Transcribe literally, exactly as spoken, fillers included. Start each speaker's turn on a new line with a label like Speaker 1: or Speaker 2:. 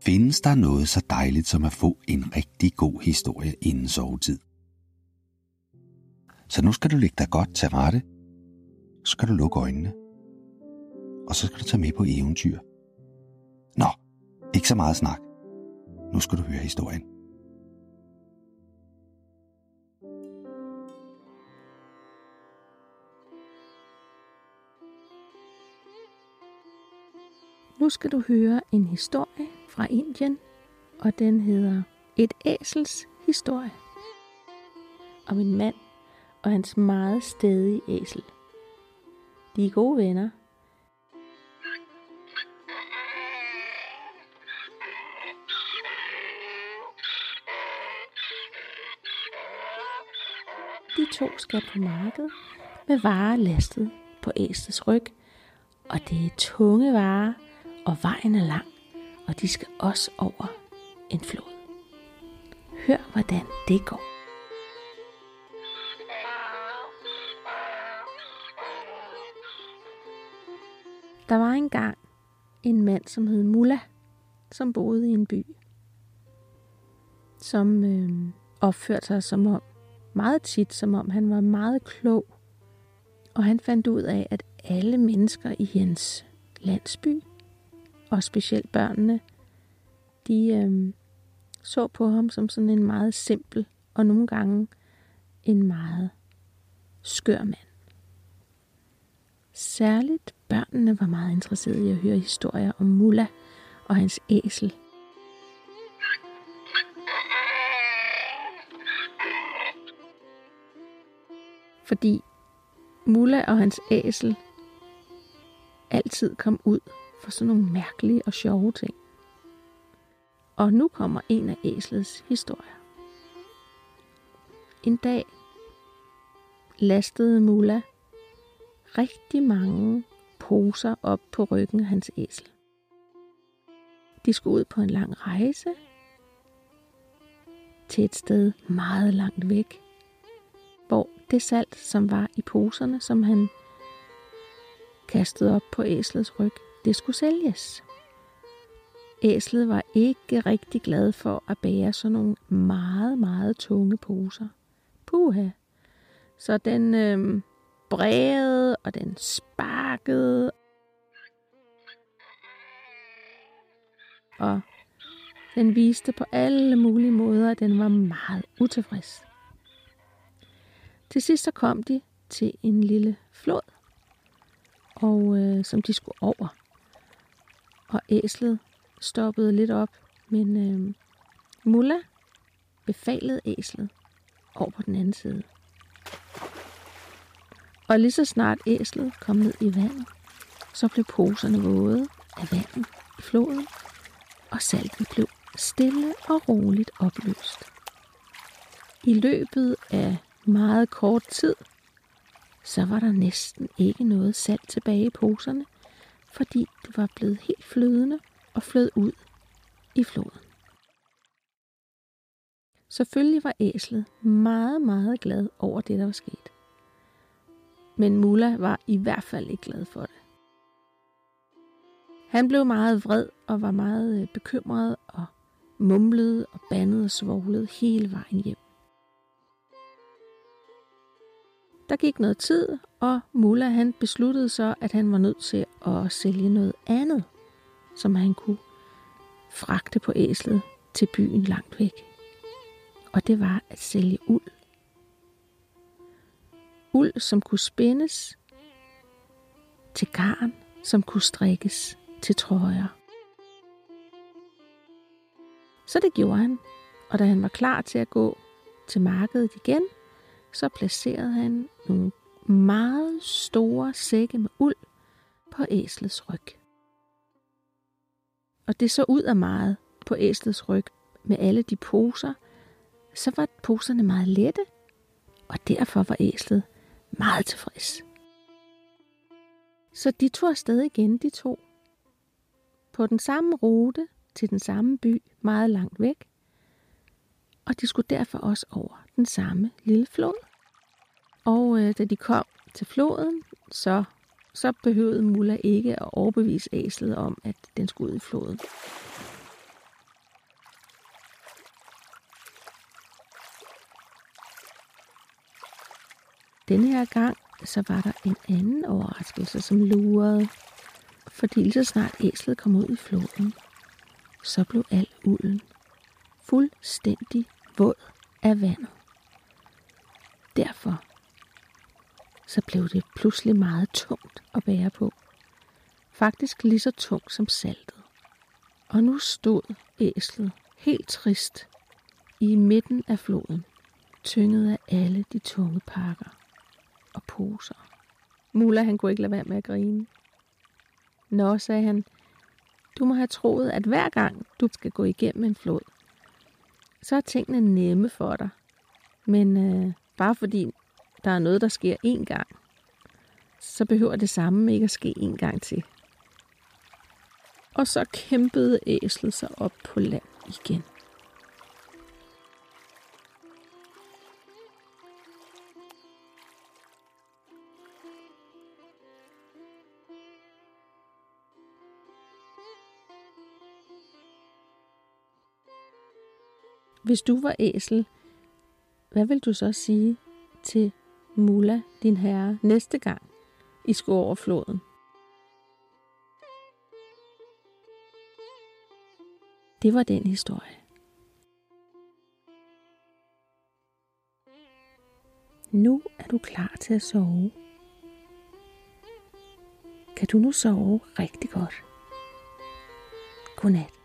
Speaker 1: Findes der noget så dejligt som at få en rigtig god historie inden sovetid? Så nu skal du lægge dig godt til rette. Så skal du lukke øjnene. Og så skal du tage med på eventyr. Nå, ikke så meget snak. Nu skal du høre historien.
Speaker 2: Nu skal du høre en historie fra Indien, og den hedder Et æsels historie. Om en mand og hans meget stædige æsel. De er gode venner. De to skal på markedet med varer lastet på æslets ryg, og det er tunge varer, og vejen er lang, og de skal også over en flod. Hør, hvordan det går. Der var engang en mand, som hed Mullah, som boede i en by, som øh, opførte sig som om, meget tit som om han var meget klog, og han fandt ud af, at alle mennesker i hans landsby, og specielt børnene, de øh, så på ham som sådan en meget simpel og nogle gange en meget skør mand. Særligt børnene var meget interesserede i at høre historier om Mullah og hans æsel. Fordi Mullah og hans æsel altid kom ud for sådan nogle mærkelige og sjove ting. Og nu kommer en af æslets historier. En dag lastede Mullah rigtig mange poser op på ryggen af hans æsel. De skulle ud på en lang rejse til et sted meget langt væk, hvor det salt, som var i poserne, som han kastede op på æslets ryg, det skulle sælges. Æslet var ikke rigtig glad for at bære sådan nogle meget, meget tunge poser. Puha! Så den øh, brægede, og den sparkede, og den viste på alle mulige måder, at den var meget utilfreds. Til sidst så kom de til en lille flod, og øh, som de skulle over. Og æslet stoppede lidt op, men øh, Mullah befalede æslet over på den anden side. Og lige så snart æslet kom ned i vandet, så blev poserne våde af vandet i floden, og saltet blev stille og roligt opløst. I løbet af meget kort tid, så var der næsten ikke noget salt tilbage i poserne, fordi det var blevet helt flydende og flød ud i floden. Selvfølgelig var æslet meget, meget glad over det, der var sket. Men Mullah var i hvert fald ikke glad for det. Han blev meget vred og var meget bekymret og mumlede og bandede og svoglede hele vejen hjem. Der gik noget tid, og Mullah han besluttede så, at han var nødt til at sælge noget andet, som han kunne fragte på æslet til byen langt væk. Og det var at sælge uld. Uld, som kunne spændes til garn, som kunne strikkes til trøjer. Så det gjorde han, og da han var klar til at gå til markedet igen, så placerede han nogle meget store sække med uld på æslets ryg. Og det så ud af meget på æslets ryg med alle de poser, så var poserne meget lette, og derfor var æslet meget tilfreds. Så de tog afsted igen, de to, på den samme rute til den samme by, meget langt væk, og de skulle derfor også over den samme lille flod. Og øh, da de kom til floden, så, så behøvede Mullah ikke at overbevise æslet om, at den skulle ud i floden. Denne her gang, så var der en anden overraskelse, som lurede. Fordi lige så snart æslet kom ud i floden, så blev al ulden fuldstændig våd af vandet. Derfor så blev det pludselig meget tungt at bære på. Faktisk lige så tungt som saltet. Og nu stod æslet helt trist i midten af floden, tynget af alle de tunge pakker og poser. Mulla, han kunne ikke lade være med at grine. Nå, sagde han, du må have troet, at hver gang du skal gå igennem en flod, så er tingene nemme for dig. Men øh, bare fordi der er noget, der sker én gang, så behøver det samme ikke at ske en gang til. Og så kæmpede æslet sig op på land igen. Hvis du var æsel, hvad vil du så sige til Mulla, din herre, næste gang I skulle over floden? Det var den historie. Nu er du klar til at sove. Kan du nu sove rigtig godt? Godnat.